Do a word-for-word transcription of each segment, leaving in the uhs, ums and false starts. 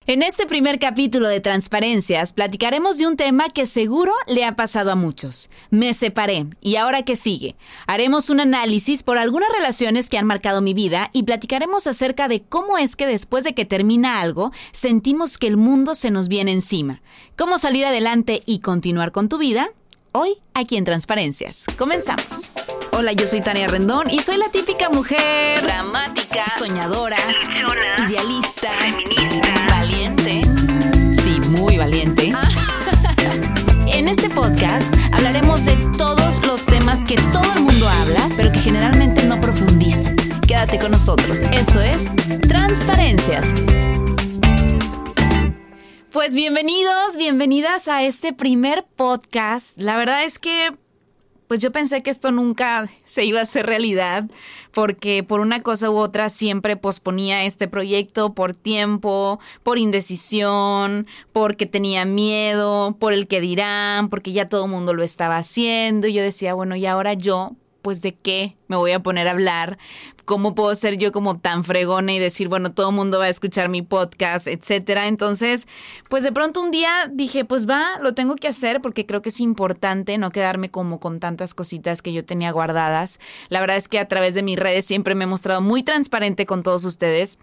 En este primer capítulo de Transparencias platicaremos de un tema que seguro le ha pasado a muchos. Me separé. ¿Y ahora qué sigue? Haremos un análisis por algunas relaciones que han marcado mi vida y platicaremos acerca de cómo es que después de que termina algo, sentimos que el mundo se nos viene encima. ¿Cómo salir adelante y continuar con tu vida? Hoy, aquí en Transparencias. Comenzamos. Hola, yo soy Tania Rendón y soy la típica mujer dramática, soñadora, luchona, idealista, feminista, valiente. Sí, muy valiente. En este podcast hablaremos de todos los temas que todo el mundo habla, pero que generalmente no profundizan. Quédate con nosotros. Esto es Transparencias. Pues bienvenidos, bienvenidas a este primer podcast. La verdad es que pues yo pensé que esto nunca se iba a hacer realidad porque por una cosa u otra siempre posponía este proyecto por tiempo, por indecisión, porque tenía miedo, por el que dirán, porque ya todo el mundo lo estaba haciendo. Y yo decía, bueno, ¿y ahora yo? Pues ¿de qué me voy a poner a hablar? ¿Cómo puedo ser yo como tan fregona y decir, bueno, todo el mundo va a escuchar mi podcast, etcétera? Entonces, pues de pronto un día dije, pues va, lo tengo que hacer porque creo que es importante no quedarme como con tantas cositas que yo tenía guardadas. La verdad es que a través de mis redes siempre me he mostrado muy transparente con todos ustedes.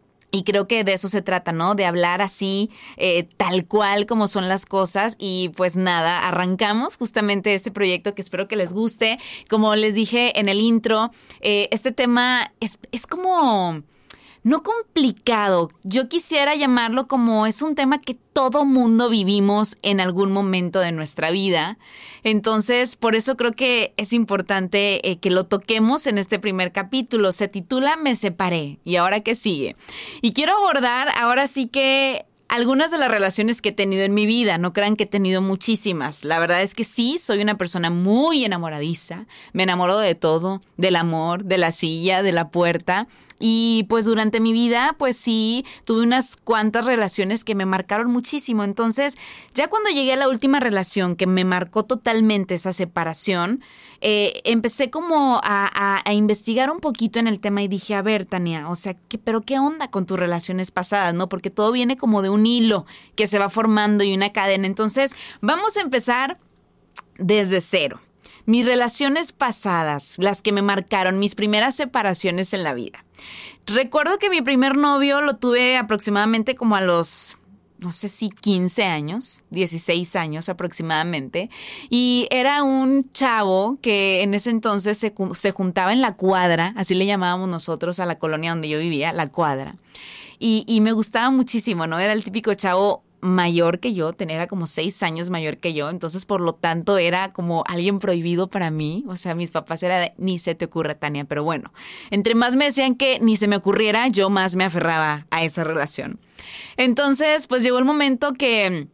Y creo que de eso se trata, ¿no? De hablar así, eh, tal cual como son las cosas. Y pues nada, arrancamos justamente este proyecto que espero que les guste. Como les dije en el intro, eh, este tema es, es como no complicado. Yo quisiera llamarlo como es un tema que todo mundo vivimos en algún momento de nuestra vida. Entonces, por eso creo que es importante eh, que lo toquemos en este primer capítulo. Se titula Me separé. ¿Y ahora qué sigue? Y quiero abordar ahora sí que algunas de las relaciones que he tenido en mi vida. No crean que he tenido muchísimas. La verdad es que sí, soy una persona muy enamoradiza. Me enamoro de todo, del amor, de la silla, de la puerta. Y pues durante mi vida, pues sí, tuve unas cuantas relaciones que me marcaron muchísimo. Entonces, ya cuando llegué a la última relación que me marcó totalmente esa separación, eh, empecé como a, a, a investigar un poquito en el tema y dije, a ver, Tania, o sea, ¿qué, pero qué onda con tus relaciones pasadas, ¿no? Porque todo viene como de un hilo que se va formando y una cadena. Entonces, vamos a empezar desde cero. Mis relaciones pasadas, las que me marcaron, mis primeras separaciones en la vida. Recuerdo que mi primer novio lo tuve aproximadamente como a los, no sé si quince años, dieciséis años aproximadamente. Y era un chavo que en ese entonces se, se juntaba en la cuadra, así le llamábamos nosotros a la colonia donde yo vivía, la cuadra. Y, y me gustaba muchísimo, ¿no? Era el típico chavo mayor que yo, tenía como seis años mayor que yo, entonces por lo tanto era como alguien prohibido para mí, o sea, mis papás era de, ni se te ocurra, Tania, pero bueno, entre más me decían que ni se me ocurriera, yo más me aferraba a esa relación. Entonces, pues llegó el momento que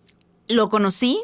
lo conocí,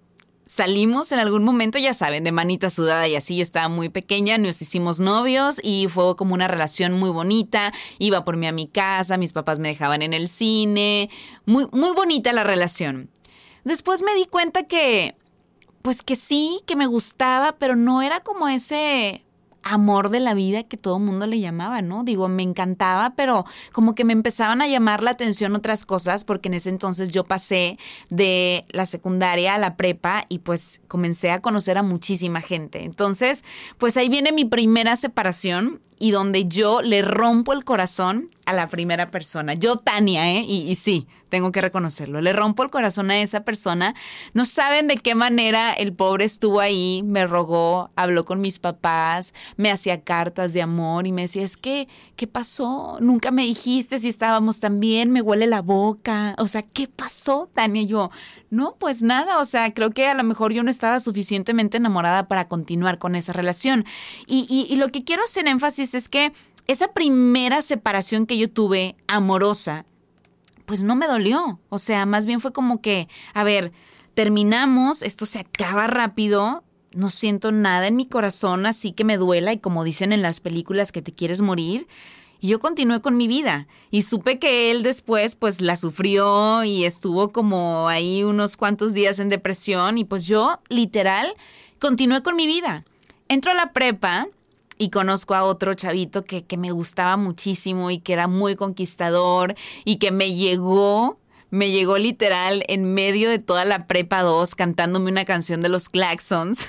salimos en algún momento, ya saben, de manita sudada y así. Yo estaba muy pequeña, nos hicimos novios y fue como una relación muy bonita. Iba por mí a mi casa, mis papás me dejaban en el cine. Muy, muy bonita la relación. Después me di cuenta que, pues que sí, que me gustaba, pero no era como ese amor de la vida que todo el mundo le llamaba, ¿no? Digo, me encantaba, pero como que me empezaban a llamar la atención otras cosas porque en ese entonces yo pasé de la secundaria a la prepa y pues comencé a conocer a muchísima gente. Entonces, pues ahí viene mi primera separación y donde yo le rompo el corazón a la primera persona. Yo, Tania, ¿eh? Y, y sí, tengo que reconocerlo. Le rompo el corazón a esa persona. No saben de qué manera el pobre estuvo ahí, me rogó, habló con mis papás, me hacía cartas de amor y me decía, es que, ¿qué pasó? Nunca me dijiste si estábamos tan bien, me huele la boca. O sea, ¿qué pasó, Tania? Y yo, no, pues nada. O sea, creo que a lo mejor yo no estaba suficientemente enamorada para continuar con esa relación. Y, y, y lo que quiero hacer énfasis es que esa primera separación que yo tuve, amorosa, pues no me dolió. O sea, más bien fue como que, a ver, terminamos, esto se acaba rápido, no siento nada en mi corazón, así que me duela y como dicen en las películas que te quieres morir. Y yo continué con mi vida y supe que él después pues la sufrió y estuvo como ahí unos cuantos días en depresión y pues yo literal continué con mi vida. Entro a la prepa y conozco a otro chavito que, que me gustaba muchísimo y que era muy conquistador y que me llegó, me llegó literal en medio de toda la prepa dos cantándome una canción de los Claxons.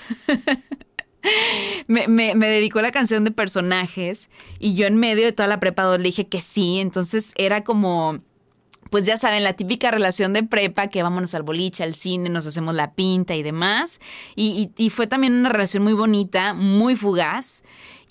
Me, me, me dedicó la canción de Personajes y yo en medio de toda la prepa dos le dije que sí. Entonces era como, pues ya saben, la típica relación de prepa que vámonos al boliche, al cine, nos hacemos la pinta y demás. Y, y, y fue también una relación muy bonita, muy fugaz.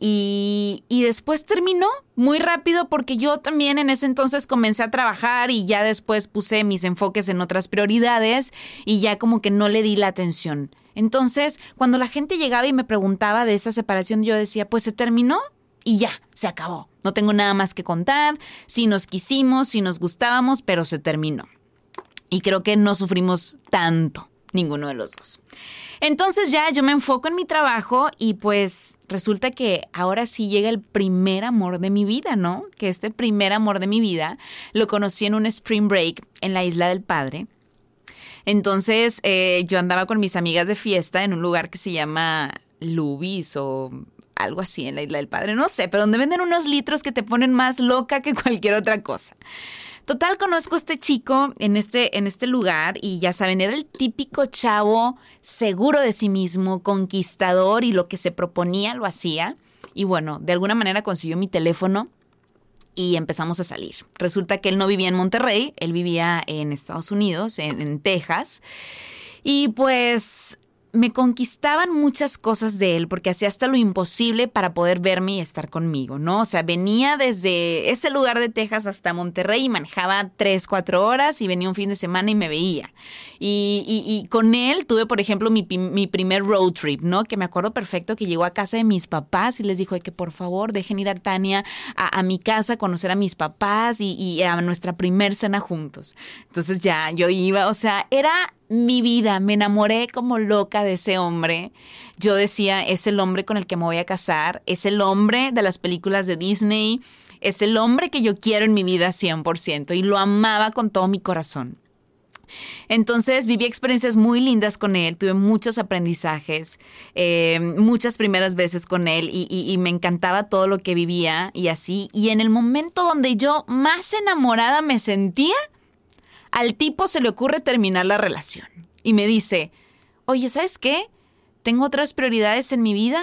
Y, y después terminó muy rápido porque yo también en ese entonces comencé a trabajar y ya después puse mis enfoques en otras prioridades y ya como que no le di la atención. Entonces, cuando la gente llegaba y me preguntaba de esa separación, yo decía, pues se terminó y ya, se acabó. No tengo nada más que contar. Sí nos quisimos, sí nos gustábamos, pero se terminó. Y creo que no sufrimos tanto, ninguno de los dos. Entonces ya yo me enfoco en mi trabajo y pues resulta que ahora sí llega el primer amor de mi vida, ¿no? Que este primer amor de mi vida lo conocí en un spring break en la Isla del Padre. Entonces eh, yo andaba con mis amigas de fiesta en un lugar que se llama Lubis o algo así en la Isla del Padre, no sé, pero donde venden unos litros que te ponen más loca que cualquier otra cosa. Total, conozco a este chico en este, en este lugar y ya saben, era el típico chavo seguro de sí mismo, conquistador y lo que se proponía lo hacía. Y bueno, de alguna manera consiguió mi teléfono y empezamos a salir. Resulta que él no vivía en Monterrey, él vivía en Estados Unidos, en, en Texas. Y pues me conquistaban muchas cosas de él porque hacía hasta lo imposible para poder verme y estar conmigo, ¿no? O sea, venía desde ese lugar de Texas hasta Monterrey y manejaba tres, cuatro horas y venía un fin de semana y me veía. Y, y, y con él tuve, por ejemplo, mi, mi primer road trip, ¿no? Que me acuerdo perfecto que llegó a casa de mis papás y les dijo que por favor dejen ir a Tania a, a mi casa a conocer a mis papás y, y a nuestra primer cena juntos. Entonces ya yo iba, o sea, era mi vida, me enamoré como loca de ese hombre. Yo decía, es el hombre con el que me voy a casar, es el hombre de las películas de Disney, es el hombre que yo quiero en mi vida cien por ciento y lo amaba con todo mi corazón. Entonces viví experiencias muy lindas con él, tuve muchos aprendizajes, eh, muchas primeras veces con él y, y, y me encantaba todo lo que vivía y así. Y en el momento donde yo más enamorada me sentía, al tipo se le ocurre terminar la relación y me dice, oye, ¿sabes qué? Tengo otras prioridades en mi vida,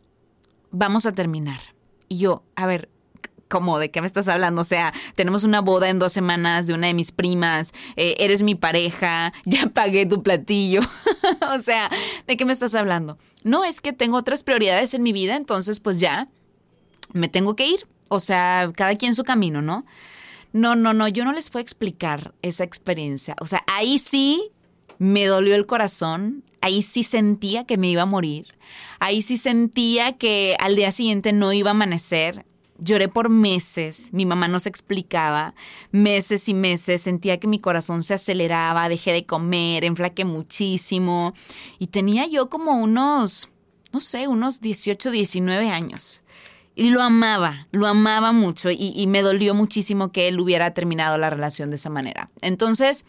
vamos a terminar. Y yo, a ver, ¿cómo? ¿De qué me estás hablando? O sea, tenemos una boda en dos semanas de una de mis primas, eh, eres mi pareja, ya pagué tu platillo. O sea, ¿de qué me estás hablando? No, es que tengo otras prioridades en mi vida, entonces pues ya me tengo que ir. O sea, cada quien su camino, ¿no? No, no, no, yo no les puedo explicar esa experiencia. O sea, ahí sí me dolió el corazón, ahí sí sentía que me iba a morir, ahí sí sentía que al día siguiente no iba a amanecer. Lloré por meses, mi mamá no se explicaba, meses y meses, sentía que mi corazón se aceleraba, dejé de comer, enflaqué muchísimo y tenía yo como unos, no sé, unos dieciocho, diecinueve años. Y lo amaba, lo amaba mucho y, y me dolió muchísimo que él hubiera terminado la relación de esa manera. Entonces,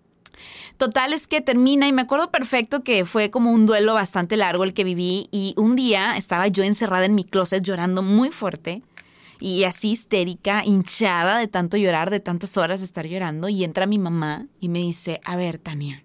total es que termina y me acuerdo perfecto que fue como un duelo bastante largo el que viví y un día estaba yo encerrada en mi closet llorando muy fuerte y así histérica, hinchada de tanto llorar, de tantas horas de estar llorando y entra mi mamá y me dice, a ver, Tania,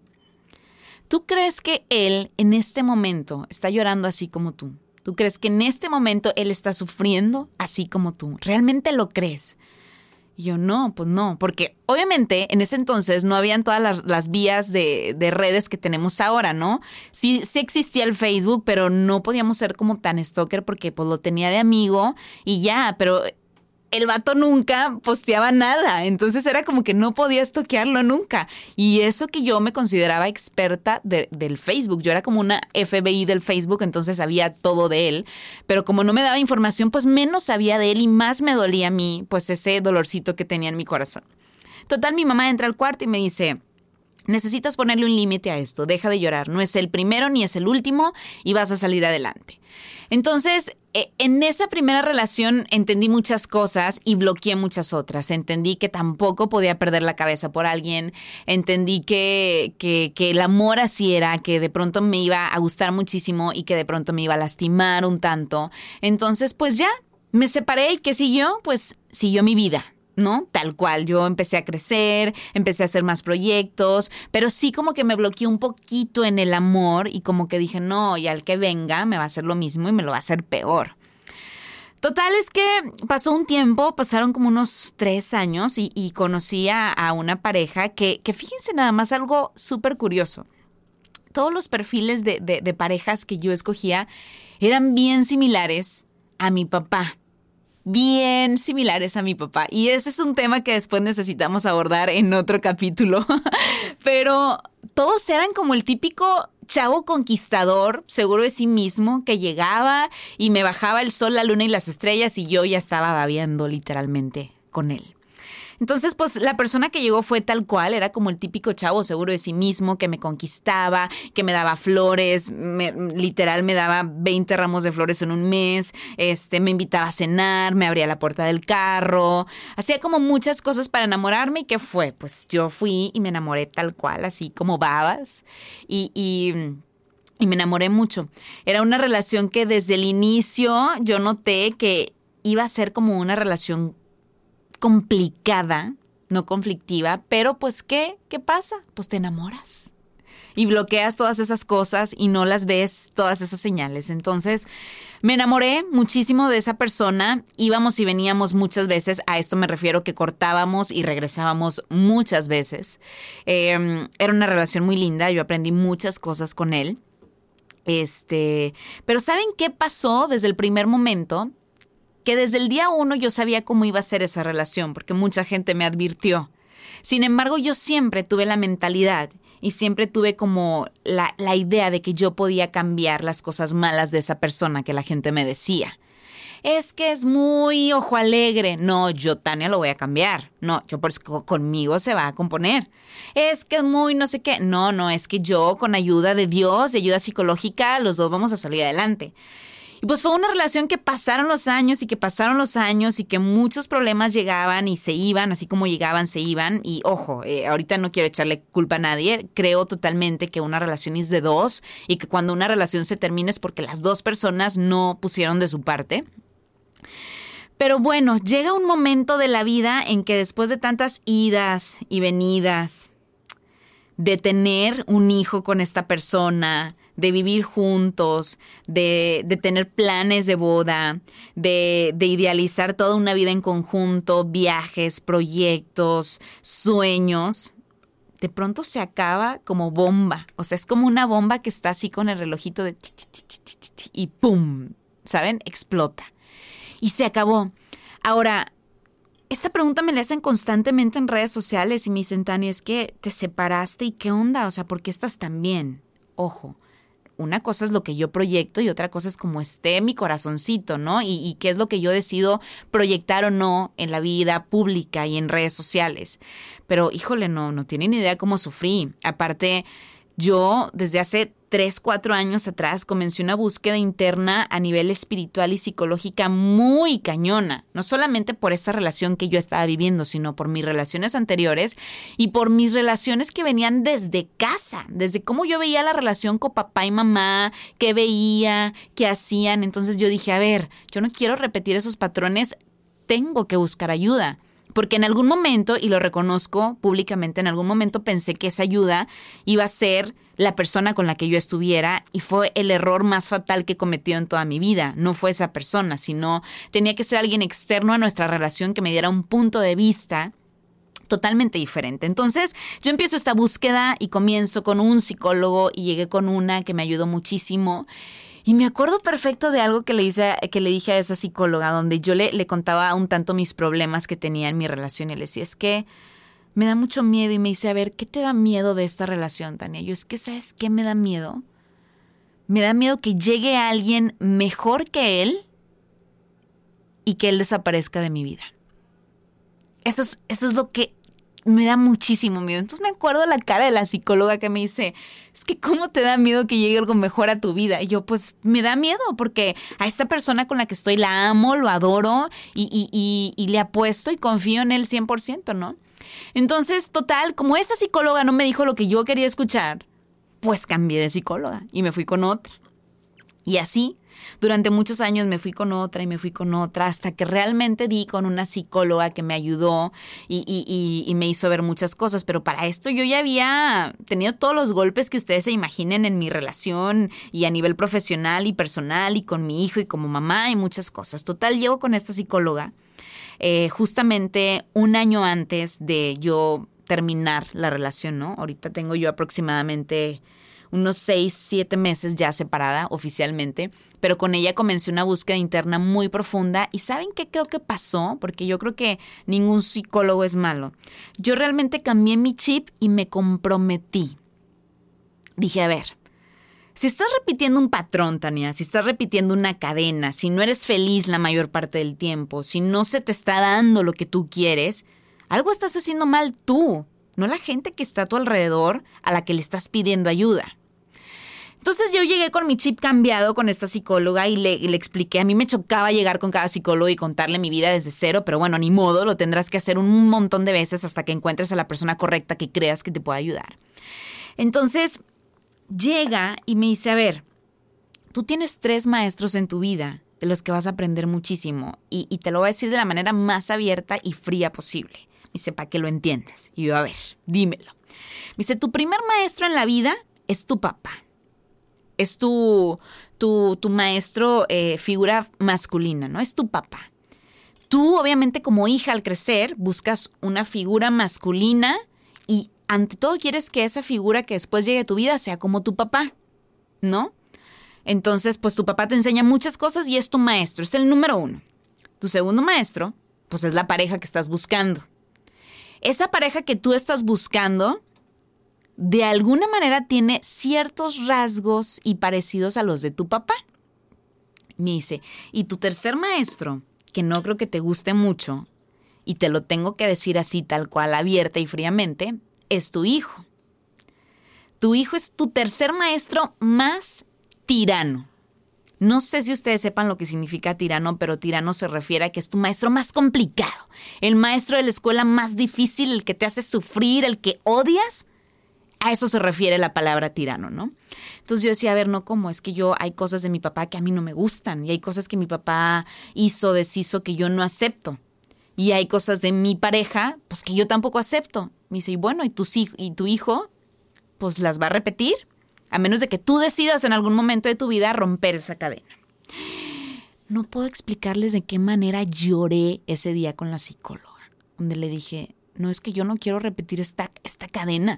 ¿tú crees que él en este momento está llorando así como tú? ¿Tú crees que en este momento él está sufriendo así como tú? ¿Realmente lo crees? Y yo, no, pues no, porque obviamente en ese entonces no habían todas las, las vías de, de redes que tenemos ahora, ¿no? Sí, sí existía el Facebook, pero no podíamos ser como tan stalker porque pues lo tenía de amigo y ya, pero el vato nunca posteaba nada, entonces era como que no podía stalkearlo nunca. Y eso que yo me consideraba experta de, del Facebook, yo era como una F B I del Facebook, entonces sabía todo de él, pero como no me daba información, pues menos sabía de él y más me dolía a mí, pues ese dolorcito que tenía en mi corazón. Total, mi mamá entra al cuarto y me dice, necesitas ponerle un límite a esto, deja de llorar, no es el primero ni es el último y vas a salir adelante. Entonces, en esa primera relación entendí muchas cosas y bloqueé muchas otras. Entendí que tampoco podía perder la cabeza por alguien. Entendí que, que, que el amor así era, que de pronto me iba a gustar muchísimo y que de pronto me iba a lastimar un tanto. Entonces, pues ya, me separé y ¿qué siguió? Pues siguió mi vida, ¿no? Tal cual, yo empecé a crecer, empecé a hacer más proyectos, pero sí como que me bloqueé un poquito en el amor y como que dije, no, y al que venga me va a hacer lo mismo y me lo va a hacer peor. Total es que pasó un tiempo, pasaron como unos tres años y, y conocí a, a una pareja que, que fíjense nada más algo súper curioso. Todos los perfiles de, de, de parejas que yo escogía eran bien similares a mi papá. Bien similares a mi papá. Y ese es un tema que después necesitamos abordar en otro capítulo. Pero todos eran como el típico chavo conquistador, seguro de sí mismo, que llegaba y me bajaba el sol, la luna y las estrellas y yo ya estaba babeando literalmente con él. Entonces, pues la persona que llegó fue tal cual, era como el típico chavo seguro de sí mismo que me conquistaba, que me daba flores, me, literal me daba veinte ramos de flores en un mes, este, me invitaba a cenar, me abría la puerta del carro, hacía como muchas cosas para enamorarme. ¿Y qué fue? Pues yo fui y me enamoré tal cual, así como babas y... y Y me enamoré mucho. Era una relación que desde el inicio yo noté que iba a ser como una relación complicada, no conflictiva, pero pues ¿qué? ¿Qué pasa? Pues te enamoras y bloqueas todas esas cosas y no las ves, todas esas señales. Entonces me enamoré muchísimo de esa persona, íbamos y veníamos muchas veces, a esto me refiero que cortábamos y regresábamos muchas veces. Eh, era una relación muy linda, yo aprendí muchas cosas con él. Este, pero ¿saben qué pasó desde el primer momento? Que desde el día uno yo sabía cómo iba a ser esa relación, porque mucha gente me advirtió. Sin embargo, yo siempre tuve la mentalidad y siempre tuve como la, la idea de que yo podía cambiar las cosas malas de esa persona que la gente me decía. Es que es muy ojo alegre. No, yo, Tania, lo voy a cambiar. No, yo por eso conmigo se va a componer. Es que es muy no sé qué. No, no, es que yo con ayuda de Dios, de ayuda psicológica, los dos vamos a salir adelante. Y pues fue una relación que pasaron los años y que pasaron los años y que muchos problemas llegaban y se iban, así como llegaban, se iban. Y ojo, eh, ahorita no quiero echarle culpa a nadie. Creo totalmente que una relación es de dos y que cuando una relación se termina es porque las dos personas no pusieron de su parte. Pero bueno, llega un momento de la vida en que después de tantas idas y venidas, de tener un hijo con esta persona, de vivir juntos, de, de tener planes de boda, de, de idealizar toda una vida en conjunto, viajes, proyectos, sueños, de pronto se acaba como bomba. O sea, es como una bomba que está así con el relojito de ti, ti, ti, ti, ti, ti, y ¡pum! ¿Saben? Explota. Y se acabó. Ahora, esta pregunta me la hacen constantemente en redes sociales y me dicen, Tania, es que te separaste y ¿qué onda? O sea, ¿por qué estás tan bien? Ojo, una cosa es lo que yo proyecto y otra cosa es cómo esté mi corazoncito, ¿no? Y, y qué es lo que yo decido proyectar o no en la vida pública y en redes sociales. Pero, híjole, no, no tienen idea cómo sufrí. Aparte, yo desde hace tres, cuatro años atrás comencé una búsqueda interna a nivel espiritual y psicológica muy cañona. No solamente por esa relación que yo estaba viviendo, sino por mis relaciones anteriores y por mis relaciones que venían desde casa, desde cómo yo veía la relación con papá y mamá, qué veía, qué hacían. Entonces yo dije, a ver, yo no quiero repetir esos patrones, tengo que buscar ayuda. Porque en algún momento, y lo reconozco públicamente, en algún momento pensé que esa ayuda iba a ser la persona con la que yo estuviera y fue el error más fatal que he cometido en toda mi vida. No fue esa persona, sino tenía que ser alguien externo a nuestra relación que me diera un punto de vista totalmente diferente. Entonces yo empiezo esta búsqueda y comienzo con un psicólogo y llegué con una que me ayudó muchísimo. Y me acuerdo perfecto de algo que le hice, que le dije a esa psicóloga, donde yo le, le contaba un tanto mis problemas que tenía en mi relación. Y le decía, es que me da mucho miedo. Y me dice, a ver, ¿qué te da miedo de esta relación, Tania? Yo, es que, ¿sabes qué me da miedo? Me da miedo que llegue alguien mejor que él y que él desaparezca de mi vida. Eso es, eso es lo que me da muchísimo miedo. Entonces me acuerdo de la cara de la psicóloga que me dice, es que ¿cómo te da miedo que llegue algo mejor a tu vida? Y yo, pues me da miedo porque a esta persona con la que estoy la amo, lo adoro y, y, y, y le apuesto y confío en él cien por ciento, ¿no? Entonces, total, como esa psicóloga no me dijo lo que yo quería escuchar, pues cambié de psicóloga y me fui con otra. Y así, durante muchos años me fui con otra y me fui con otra hasta que realmente di con una psicóloga que me ayudó y, y, y, y me hizo ver muchas cosas. Pero para esto yo ya había tenido todos los golpes que ustedes se imaginen en mi relación y a nivel profesional y personal y con mi hijo y como mamá y muchas cosas. Total, llego con esta psicóloga eh, justamente un año antes de yo terminar la relación, ¿no? Ahorita tengo yo aproximadamente unos seis, siete meses ya separada oficialmente, pero con ella comencé una búsqueda interna muy profunda. ¿Y saben qué creo que pasó? Porque yo creo que ningún psicólogo es malo. Yo realmente cambié mi chip y me comprometí. Dije, a ver, si estás repitiendo un patrón, Tania, si estás repitiendo una cadena, si no eres feliz la mayor parte del tiempo, si no se te está dando lo que tú quieres, algo estás haciendo mal tú, no la gente que está a tu alrededor a la que le estás pidiendo ayuda. Entonces yo llegué con mi chip cambiado con esta psicóloga y le, y le expliqué. A mí me chocaba llegar con cada psicólogo y contarle mi vida desde cero, pero bueno, ni modo, lo tendrás que hacer un montón de veces hasta que encuentres a la persona correcta que creas que te pueda ayudar. Entonces llega y me dice, a ver, tú tienes tres maestros en tu vida de los que vas a aprender muchísimo y, y te lo voy a decir de la manera más abierta y fría posible. Me dice, para que lo entiendas. Y yo, a ver, dímelo. Me dice, tu primer maestro en la vida es tu papá. Es tu, tu, tu maestro, eh, figura masculina, ¿no? Es tu papá. Tú, obviamente, como hija al crecer, buscas una figura masculina y ante todo quieres que esa figura que después llegue a tu vida sea como tu papá, ¿no? Entonces, pues tu papá te enseña muchas cosas y es tu maestro, es el número uno. Tu segundo maestro, pues es la pareja que estás buscando. Esa pareja que tú estás buscando de alguna manera tiene ciertos rasgos y parecidos a los de tu papá. Me dice, y tu tercer maestro, que no creo que te guste mucho, y te lo tengo que decir así tal cual, abierta y fríamente, es tu hijo. Tu hijo es tu tercer maestro más tirano. No sé si ustedes sepan lo que significa tirano, pero tirano se refiere a que es tu maestro más complicado, el maestro de la escuela más difícil, el que te hace sufrir, el que odias. A eso se refiere la palabra tirano, ¿no? Entonces yo decía, a ver, no, ¿cómo? Es que yo, hay cosas de mi papá que a mí no me gustan y hay cosas que mi papá hizo, deshizo que yo no acepto. Y hay cosas de mi pareja, pues que yo tampoco acepto. Me dice, y bueno, ¿y, tus hij- y tu hijo? Pues las va a repetir, a menos de que tú decidas en algún momento de tu vida romper esa cadena. No puedo explicarles de qué manera lloré ese día con la psicóloga, donde le dije, no, es que yo no quiero repetir esta, esta cadena.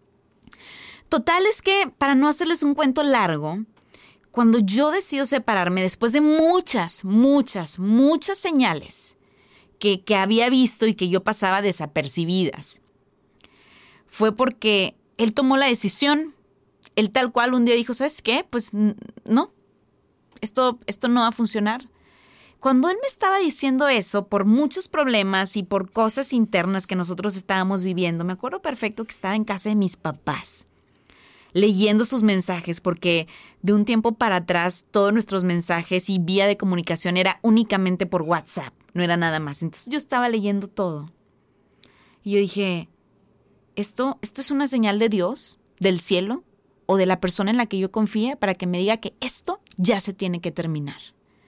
Total es que, para no hacerles un cuento largo, cuando yo decido separarme, después de muchas, muchas, muchas señales que, que había visto y que yo pasaba desapercibidas, fue porque él tomó la decisión. Él tal cual un día dijo, ¿sabes qué? Pues no, esto, esto no va a funcionar. Cuando él me estaba diciendo eso, por muchos problemas y por cosas internas que nosotros estábamos viviendo, me acuerdo perfecto que estaba en casa de mis papás, leyendo sus mensajes, porque de un tiempo para atrás todos nuestros mensajes y vía de comunicación era únicamente por WhatsApp, no era nada más. Entonces yo estaba leyendo todo. Y yo dije, ¿esto, esto es una señal de Dios, del cielo, o de la persona en la que yo confíe para que me diga que esto ya se tiene que terminar?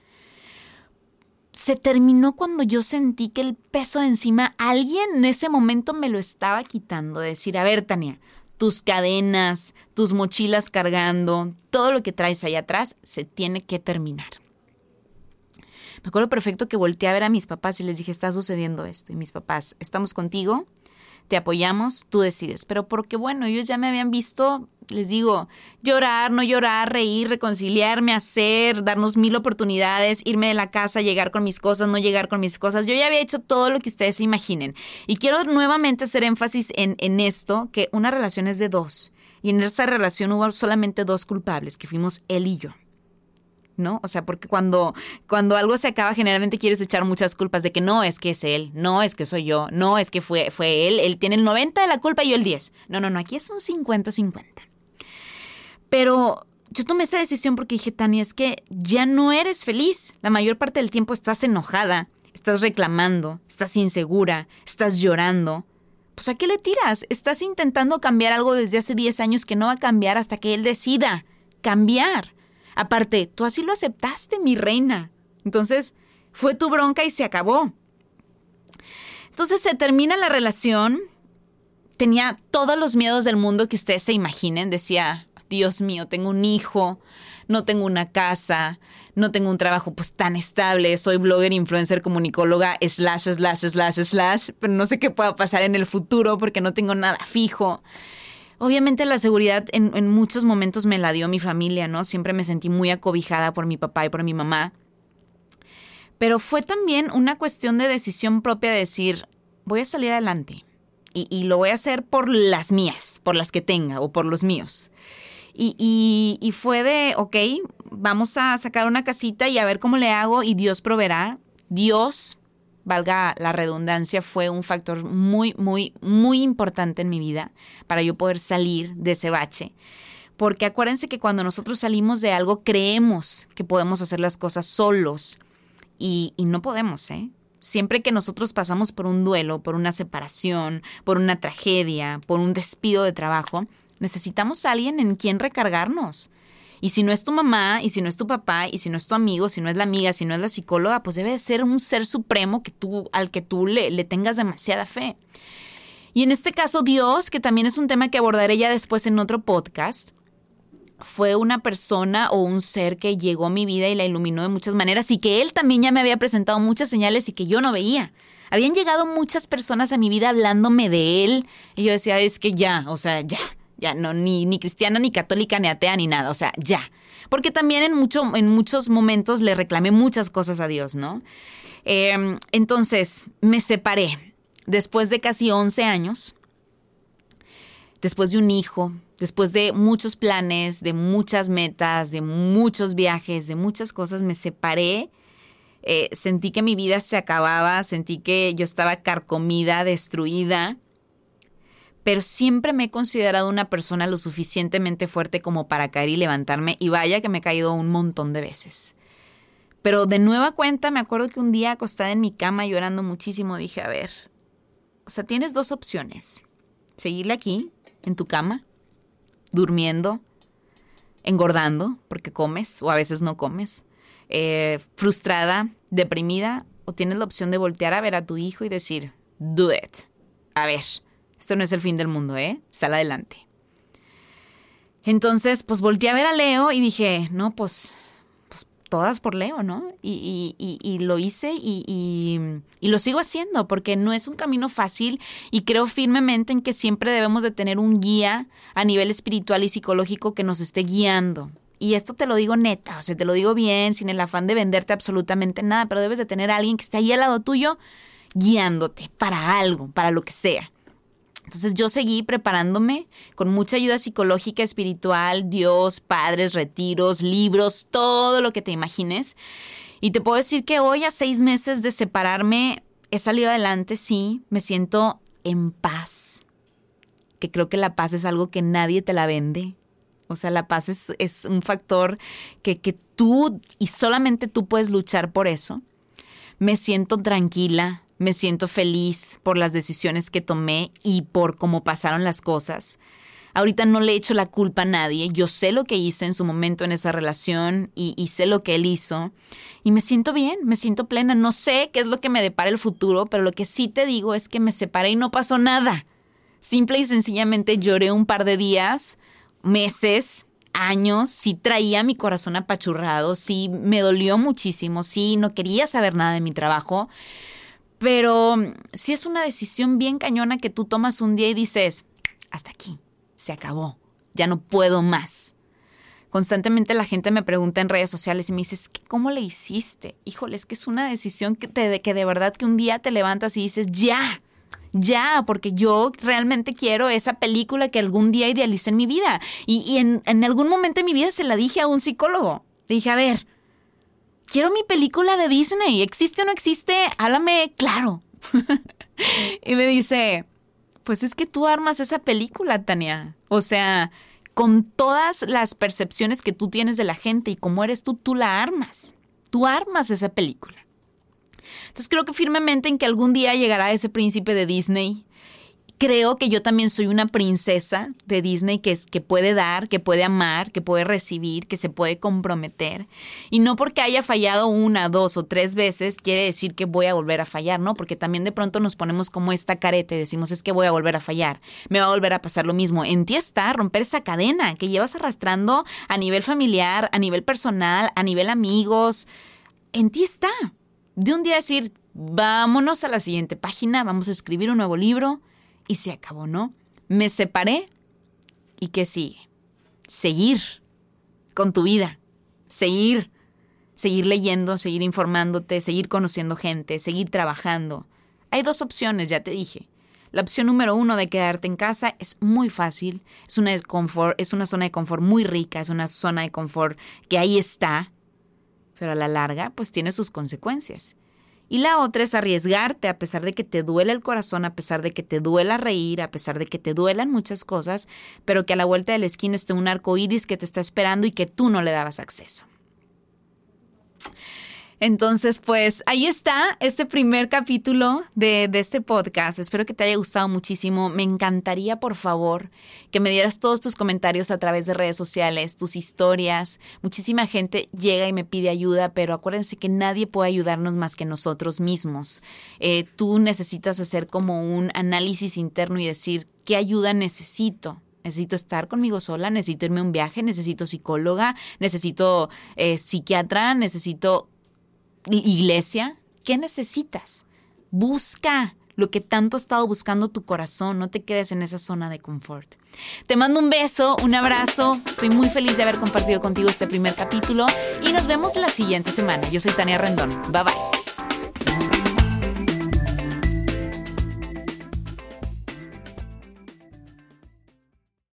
Se terminó cuando yo sentí que el peso de encima, alguien en ese momento me lo estaba quitando. De decir, a ver, Tania, tus cadenas, tus mochilas cargando, todo lo que traes ahí atrás se tiene que terminar. Me acuerdo perfecto que volteé a ver a mis papás y les dije, está sucediendo esto. Y mis papás, estamos contigo, te apoyamos, tú decides. Pero porque bueno, ellos ya me habían visto, les digo, llorar, no llorar, reír, reconciliarme, hacer, darnos mil oportunidades, irme de la casa, llegar con mis cosas, no llegar con mis cosas. Yo ya había hecho todo lo que ustedes se imaginen. Y quiero nuevamente hacer énfasis en, en esto, que una relación es de dos. Y en esa relación hubo solamente dos culpables, que fuimos él y yo. ¿no? O sea, porque cuando, cuando algo se acaba, generalmente quieres echar muchas culpas de que no, es que es él, no, es que soy yo, no, es que fue, fue él, él tiene el noventa de la culpa y yo el diez. No, no, no, aquí es un cincuenta cincuenta. Pero yo tomé esa decisión porque dije, Tania, es que ya no eres feliz. La mayor parte del tiempo estás enojada, estás reclamando, estás insegura, estás llorando. Pues ¿a qué le tiras? Estás intentando cambiar algo desde hace diez años que no va a cambiar hasta que él decida cambiar. Aparte, tú así lo aceptaste, mi reina. Entonces, fue tu bronca y se acabó. Entonces, se termina la relación. Tenía todos los miedos del mundo que ustedes se imaginen. Decía, Dios mío, tengo un hijo, no tengo una casa, no tengo un trabajo pues tan estable. Soy blogger, influencer, comunicóloga, slash, slash, slash, slash. Pero no sé qué pueda pasar en el futuro porque no tengo nada fijo. Obviamente la seguridad en, en muchos momentos me la dio mi familia, ¿no? Siempre me sentí muy acobijada por mi papá y por mi mamá. Pero fue también una cuestión de decisión propia de decir, voy a salir adelante. Y, y lo voy a hacer por las mías, por las que tenga o por los míos. Y, y, y fue de, ok, vamos a sacar una casita y a ver cómo le hago y Dios proveerá. Dios, valga la redundancia, fue un factor muy, muy, muy importante en mi vida para yo poder salir de ese bache. Porque acuérdense que cuando nosotros salimos de algo, creemos que podemos hacer las cosas solos y, y no podemos, ¿eh? Siempre que nosotros pasamos por un duelo, por una separación, por una tragedia, por un despido de trabajo, necesitamos a alguien en quien recargarnos. Y si no es tu mamá, y si no es tu papá, y si no es tu amigo, si no es la amiga, si no es la psicóloga, pues debe de ser un ser supremo que tú, al que tú le, le tengas demasiada fe. Y en este caso, Dios, que también es un tema que abordaré ya después en otro podcast, fue una persona o un ser que llegó a mi vida y la iluminó de muchas maneras y que él también ya me había presentado muchas señales y que yo no veía. Habían llegado muchas personas a mi vida hablándome de él y yo decía, es que ya, o sea, ya. Ya, no, ni, ni cristiana, ni católica, ni atea, ni nada. O sea, ya. Porque también en, mucho, en muchos momentos le reclamé muchas cosas a Dios, ¿no? Eh, entonces, me separé después de casi once años, después de un hijo, después de muchos planes, de muchas metas, de muchos viajes, de muchas cosas, me separé. Eh, sentí que mi vida se acababa, sentí que yo estaba carcomida, destruida. Pero siempre me he considerado una persona lo suficientemente fuerte como para caer y levantarme. Y vaya que me he caído un montón de veces. Pero de nueva cuenta, me acuerdo que un día acostada en mi cama llorando muchísimo, dije, a ver, o sea, tienes dos opciones. Seguirle aquí, en tu cama, durmiendo, engordando, porque comes o a veces no comes, eh, frustrada, deprimida, o tienes la opción de voltear a ver a tu hijo y decir, do it. A ver. Esto no es el fin del mundo, ¿eh? Sal adelante. Entonces, pues volteé a ver a Leo y dije, no, pues, pues todas por Leo, ¿no? Y, y, y, y lo hice y, y, y lo sigo haciendo porque no es un camino fácil y creo firmemente en que siempre debemos de tener un guía a nivel espiritual y psicológico que nos esté guiando. Y esto te lo digo neta, o sea, te lo digo bien, sin el afán de venderte absolutamente nada, pero debes de tener a alguien que esté ahí al lado tuyo guiándote para algo, para lo que sea. Entonces yo seguí preparándome con mucha ayuda psicológica, espiritual, Dios, padres, retiros, libros, todo lo que te imagines. Y te puedo decir que hoy, a seis meses de separarme, he salido adelante, sí, me siento en paz. Que creo que la paz es algo que nadie te la vende. O sea, la paz es, es un factor que, que tú y solamente tú puedes luchar por eso. Me siento tranquila. Me siento feliz por las decisiones que tomé y por cómo pasaron las cosas. Ahorita no le echo la culpa a nadie. Yo sé lo que hice en su momento en esa relación y, y sé lo que él hizo. Y me siento bien, me siento plena. No sé qué es lo que me depara el futuro, pero lo que sí te digo es que me separé y no pasó nada. Simple y sencillamente lloré un par de días, meses, años. Sí traía mi corazón apachurrado, sí me dolió muchísimo, sí no quería saber nada de mi trabajo. Pero sí es una decisión bien cañona que tú tomas un día y dices, hasta aquí, se acabó, ya no puedo más. Constantemente la gente me pregunta en redes sociales y me dice, ¿cómo le hiciste? Híjole, es que es una decisión que, te, que de verdad que un día te levantas y dices, ya, ya, porque yo realmente quiero esa película que algún día idealicé en mi vida. Y, y en, en algún momento de mi vida se la dije a un psicólogo. Le dije, a ver, quiero mi película de Disney. ¿Existe o no existe? Háblame claro. Y me dice, pues es que tú armas esa película, Tania. O sea, con todas las percepciones que tú tienes de la gente y cómo eres tú, tú la armas. Tú armas esa película. Entonces creo que firmemente en que algún día llegará ese príncipe de Disney. Creo que yo también soy una princesa de Disney que, es, que puede dar, que puede amar, que puede recibir, que se puede comprometer. Y no porque haya fallado una, dos o tres veces quiere decir que voy a volver a fallar, ¿no? Porque también de pronto nos ponemos como esta careta y decimos, es que voy a volver a fallar, me va a volver a pasar lo mismo. En ti está romper esa cadena que llevas arrastrando a nivel familiar, a nivel personal, a nivel amigos. En ti está. De un día decir, vámonos a la siguiente página, vamos a escribir un nuevo libro. Y se acabó, ¿no? Me separé. ¿Y qué sigue? Seguir con tu vida. Seguir. Seguir leyendo, seguir informándote, seguir conociendo gente, seguir trabajando. Hay dos opciones, ya te dije. La opción número uno de quedarte en casa es muy fácil. Es una, confort, es una zona de confort muy rica, es una zona de confort que ahí está. Pero a la larga, pues tiene sus consecuencias. Y la otra es arriesgarte a pesar de que te duele el corazón, a pesar de que te duela reír, a pesar de que te duelan muchas cosas, pero que a la vuelta de la esquina esté un arco iris que te está esperando y que tú no le dabas acceso. Entonces, pues ahí está este primer capítulo de, de este podcast. Espero que te haya gustado muchísimo. Me encantaría, por favor, que me dieras todos tus comentarios a través de redes sociales, tus historias. Muchísima gente llega y me pide ayuda, pero acuérdense que nadie puede ayudarnos más que nosotros mismos. Eh, tú necesitas hacer como un análisis interno y decir, ¿qué ayuda necesito? Necesito estar conmigo sola, necesito irme a un viaje, necesito psicóloga, necesito eh, psiquiatra, necesito iglesia. ¿Qué necesitas? Busca lo que tanto ha estado buscando tu corazón. No te quedes en esa zona de confort. Te mando un beso, un abrazo. Estoy muy feliz de haber compartido contigo este primer capítulo y nos vemos la siguiente semana. Yo soy Tania Rendón. Bye bye.